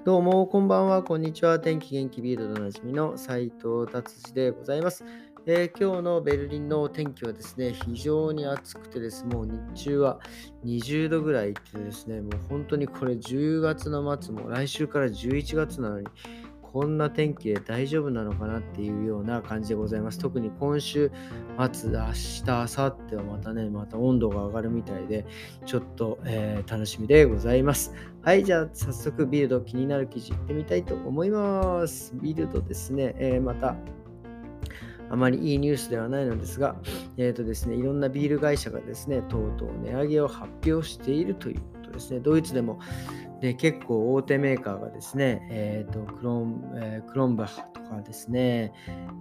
どうも、こんばんは、こんにちは。天気元気ビルドでおなじみの斉藤達治でございます。今日のベルリンの天気はですね、非常に暑くてですね、もう日中は20度ぐらいいってですね、もう本当にこれ10月の末も来週から11月なのに、こんな天気で大丈夫なのかなっていうような感じでございます。特に今週末、明日、明後日はまた温度が上がるみたいで、ちょっと、楽しみでございます。はい、じゃあ早速ビルド気になる記事いってみたいと思います。ビルドですね、またあまりいいニュースではないのですが、ですね、いろんなビール会社がですね、とうとう値上げを発表しているということですね。ドイツでも結構大手メーカーがですね、クロンバッハとかですね、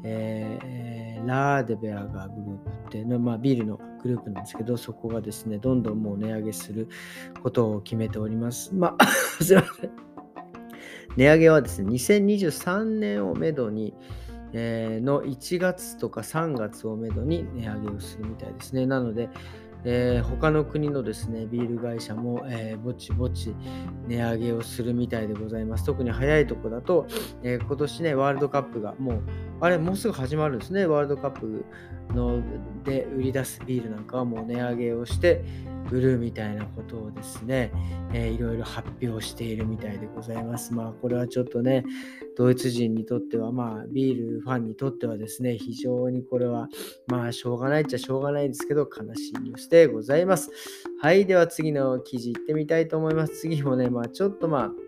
ラーデベアガーグループっていうのは、ビールのグループなんですけど、そこがですね、どんどんもう値上げすることを決めております。すいません。値上げはですね、2023年をめどに、の1月とか3月をめどに値上げをするみたいですね。なので、他の国のですね、ビール会社も、ぼちぼち値上げをするみたいでございます。特に早いとこだと、今年ね、ワールドカップがもうすぐ始まるんですね。ワールドカップで売り出すビールなんかはもう値上げをして売るみたいなことをですね、いろいろ発表しているみたいでございます。これはちょっとね、ドイツ人にとっては、ビールファンにとってはですね、非常にこれは、しょうがないっちゃしょうがないですけど、悲しいニュースでございます。はい、では次の記事いってみたいと思います。次もね、ちょっと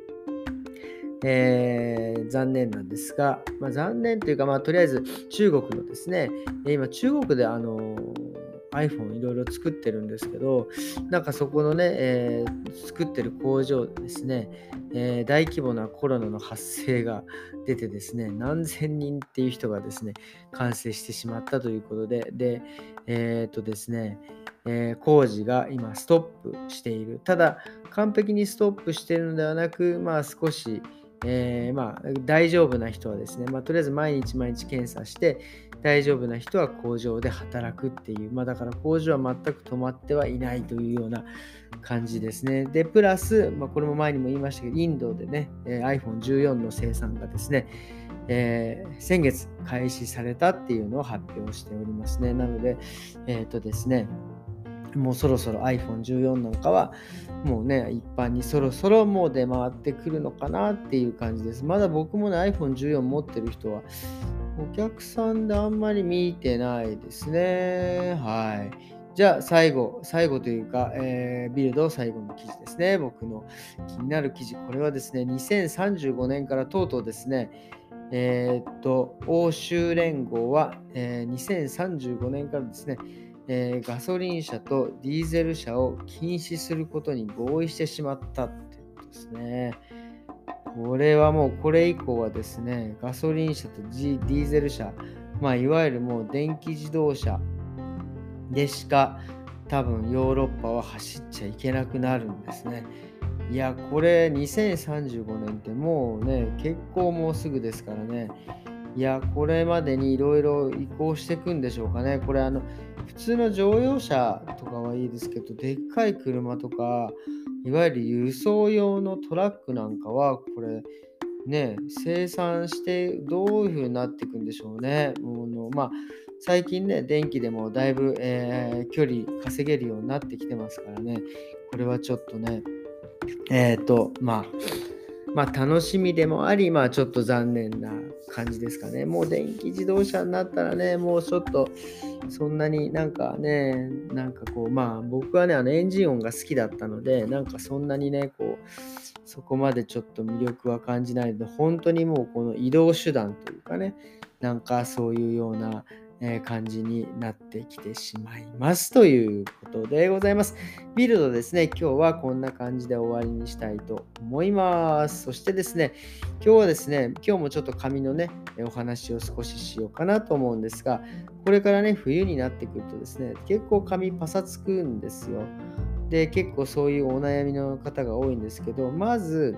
残念なんですが、残念というか、とりあえず中国のですね、今中国でiPhone いろいろ作ってるんですけど、なんかそこのね、作ってる工場でですね、大規模なコロナの発生が出てですね、何千人っていう人がですね、感染してしまったということで、ですね、工事が今ストップしている。ただ、完璧にストップしているのではなく、少し、大丈夫な人はですね、とりあえず毎日毎日検査して、大丈夫な人は工場で働くっていう、だから工場は全く止まってはいないというような感じですね。で、プラス、これも前にも言いましたけど、インドでね、iPhone14 の生産がですね、先月開始されたっていうのを発表しておりますね。なので、ですね、もうそろそろ iPhone14 なんかは、もうね、一般にそろそろもう出回ってくるのかなっていう感じです。まだ僕もね、iPhone14 持ってる人は、お客さんであんまり見てないですね。はい。じゃあ、最後というか、ビルド最後の記事ですね。僕の気になる記事。これはですね、2035年からとうとうですね、欧州連合は、2035年からですね、ガソリン車とディーゼル車を禁止することに合意してしまったっていうことですね。これはもうこれ以降はですね、ガソリン車とディーゼル車、いわゆるもう電気自動車でしか多分ヨーロッパは走っちゃいけなくなるんですね。いや、これ2035年ってもうね、結構もうすぐですからね。いや、これまでにいろいろ移行していくんでしょうかね。これ普通の乗用車とかはいいですけど、でっかい車とか、いわゆる輸送用のトラックなんかは、これ、ね、生産してどういう風になっていくんでしょうね。最近ね、電気でもだいぶ、距離稼げるようになってきてますからね。これはちょっとね、えっと、ま楽しみでもあり、ちょっと残念な感じですかね。もう電気自動車になったらね、もうちょっと、そんなになんかね、僕はね、エンジン音が好きだったので、なんかそんなにね、そこまでちょっと魅力は感じないので、本当にもうこの移動手段というかね、なんかそういうような、感じになってきてしまいますということでございます。ビルドですね、今日はこんな感じで終わりにしたいと思います。そしてですね、今日もちょっと髪のね、お話を少ししようかなと思うんですが、これからね、冬になってくるとですね、結構髪パサつくんですよ。で、結構そういうお悩みの方が多いんですけど、まず、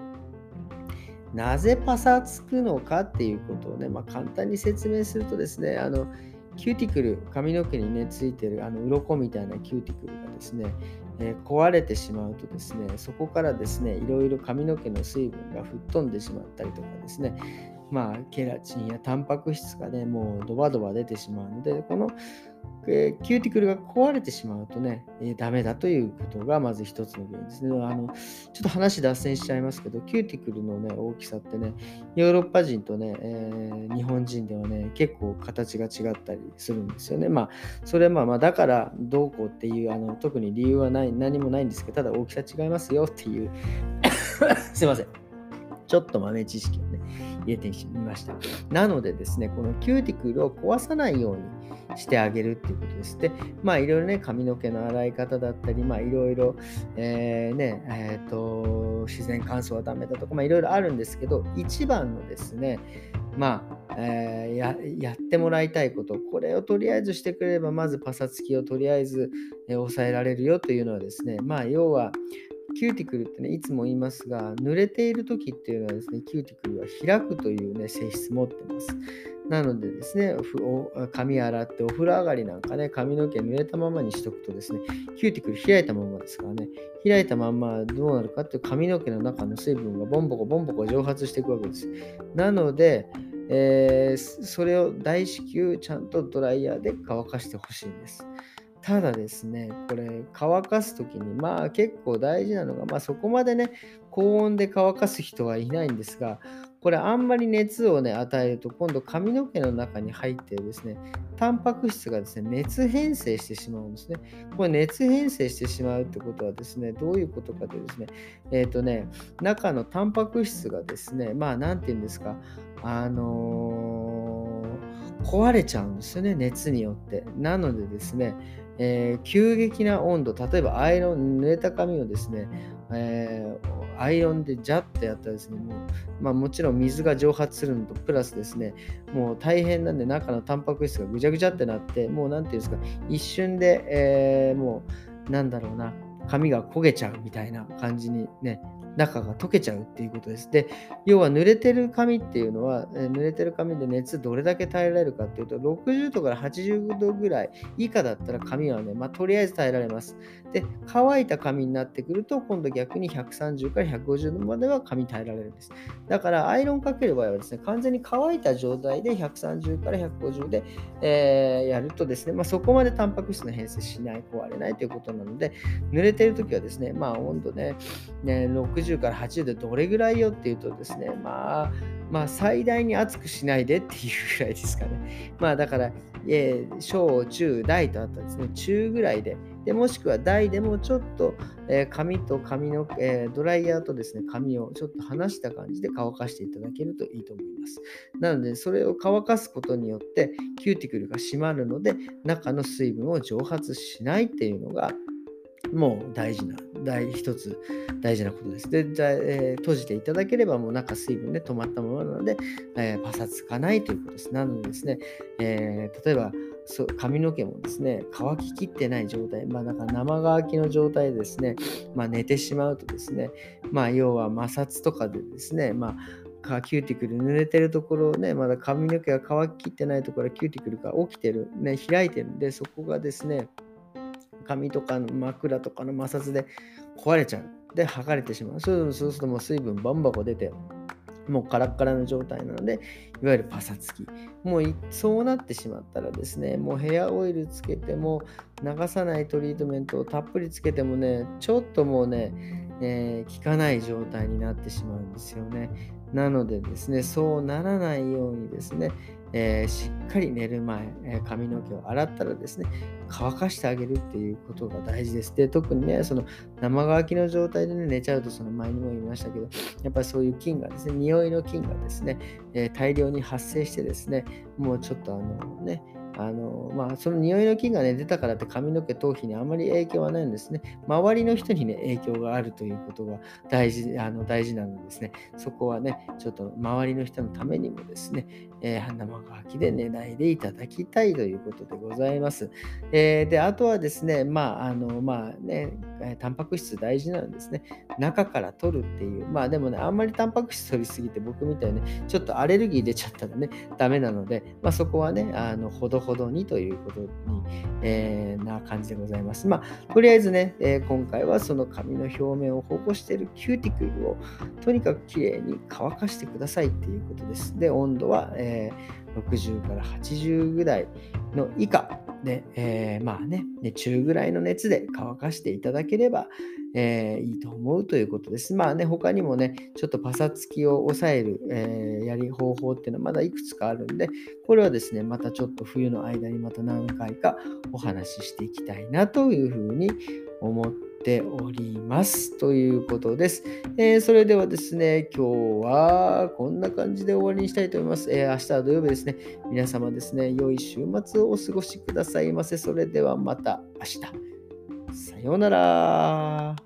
なぜパサつくのかっていうことをね、簡単に説明するとですね、 キューティクル、髪の毛にね、ついてる鱗みたいなキューティクルがですね、壊れてしまうとですね、そこからですね、いろいろ髪の毛の水分が吹っ飛んでしまったりとかですね、ケラチンやタンパク質がね、もうドバドバ出てしまうので、この、キューティクルが壊れてしまうとね、ダメだということがまず一つの原因ですね。ちょっと話脱線しちゃいますけど、キューティクルのね、大きさってね、ヨーロッパ人とね、日本人ではね、結構形が違ったりするんですよね。それはだからどうこうっていう、特に理由は何もないんですけど、ただ大きさ違いますよっていう、すいません。ちょっと豆知識をね、入れてみました。なのでですね、このキューティクルを壊さないようにしてあげるっていうことです。で、いろいろね、髪の毛の洗い方だったり、いろいろ、自然乾燥はダメだとか、いろいろあるんですけど、一番のですね、やってもらいたいこと、これをとりあえずしてくれれば、まずパサつきをとりあえず、抑えられるよというのはですね、要は、キューティクルってね、いつも言いますが、濡れている時っていうのはですね、キューティクルは開くというね、性質持ってます。なのでですね、髪洗ってお風呂上がりなんかね、髪の毛濡れたままにしとくとですね、キューティクル開いたままですからね、開いたままどうなるかっていう髪の毛の中の水分がボンボコボンボコ蒸発していくわけです。なので、それを大至急ちゃんとドライヤーで乾かしてほしいんです。ただですね、これ乾かすときに、結構大事なのが、そこまでね、高温で乾かす人はいないんですが、これあんまり熱をね、与えると、今度髪の毛の中に入ってですね、タンパク質がですね、熱変性してしまうんですね。これ熱変性してしまうってことはですね、どういうことかというとですね、中のタンパク質がですね、なんて言うんですか、壊れちゃうんですよね、熱によって。なのでですね、急激な温度、例えば濡れた髪をですね、アイロンでジャッとやったらですね、もちろん水が蒸発するのとプラスですね、もう大変なんで中のタンパク質がぐちゃぐちゃってなって、もうなんていうんですか、一瞬で、もうなんだろうな、髪が焦げちゃうみたいな感じにね、中が溶けちゃうっていうことです。で、要は濡れてる髪っていうのは、濡れてる髪で熱どれだけ耐えられるかっていうと、60度から80度ぐらい以下だったら髪はね、とりあえず耐えられます。で、乾いた髪になってくると、今度逆に130から150度までは髪耐えられるんです。だから、アイロンかける場合はですね、完全に乾いた状態で130から150で、やるとですね、そこまでタンパク質の変性しない、壊れないということなので、濡れてるときはですね、温度ね、60から80でどれぐらいよっていうとですね、最大に熱くしないでっていうぐらいですかね。だから、小、中、大とあったですね、中ぐらいで、もしくは大でもちょっと、髪と髪の、ドライヤーとですね、髪をちょっと離した感じで乾かしていただけるといいと思います。なので、それを乾かすことによって、キューティクルが締まるので、中の水分を蒸発しないっていうのが、もう一つ大事なことです。で、閉じていただければ、もう中水分で止まったままなので、パサつかないということです。なのでですね、例えば、髪の毛もですね、乾ききってない状態、だから生乾きの状態でですね、寝てしまうとですね、要は摩擦とかでですね、キューティクル濡れてるところをね、まだ髪の毛が乾ききってないところ、キューティクルが起きてる、ね、開いてるんで、そこがですね、髪とかの枕とかの摩擦で壊れちゃう。で、剥がれてしまう。そうするともう水分バンバコ出て、もうカラッカラの状態なので、いわゆるパサつき。もうそうなってしまったらですね、もうヘアオイルつけても、流さないトリートメントをたっぷりつけてもね、ちょっともうね、効かない状態になってしまうんですよね。なのでですね、そうならないようにですね、しっかり寝る前、髪の毛を洗ったらですね、乾かしてあげるっていうことが大事です。で、特にね、その生乾きの状態でね、寝ちゃうと、その前にも言いましたけど、やっぱりそういう菌がですね、匂いの菌がですね、大量に発生してですね、もうちょっとその匂いの菌がね、出たからって髪の毛、頭皮にあまり影響はないんですね。周りの人にね、影響があるということが大事なのでですね、そこはね、ちょっと周りの人のためにもですね、生乾きで寝ないでいただきたいということでございます。で、あとはですね、タンパク質大事なんですね。中から取るっていう。でもね、あんまりタンパク質取りすぎて僕みたいにね、ちょっとアレルギー出ちゃったらね、ダメなので、そこはね、ほどほどにということに、な感じでございます。とりあえずね、今回はその髪の表面を保護しているキューティクルをとにかくきれいに乾かしてくださいっていうことです。で、温度は、60から80ぐらいの以下で、中ぐらいの熱で乾かしていただければ、いいと思うということです。他にもね、ちょっとパサつきを抑える、方法っていうのはまだいくつかあるんで、これはですね、またちょっと冬の間にまた何回かお話ししていきたいなというふうに思っております。ということです。それではですね、今日はこんな感じで終わりにしたいと思います。明日は土曜日ですね。皆様ですね、良い週末をお過ごしくださいませ。それではまた明日。さようなら。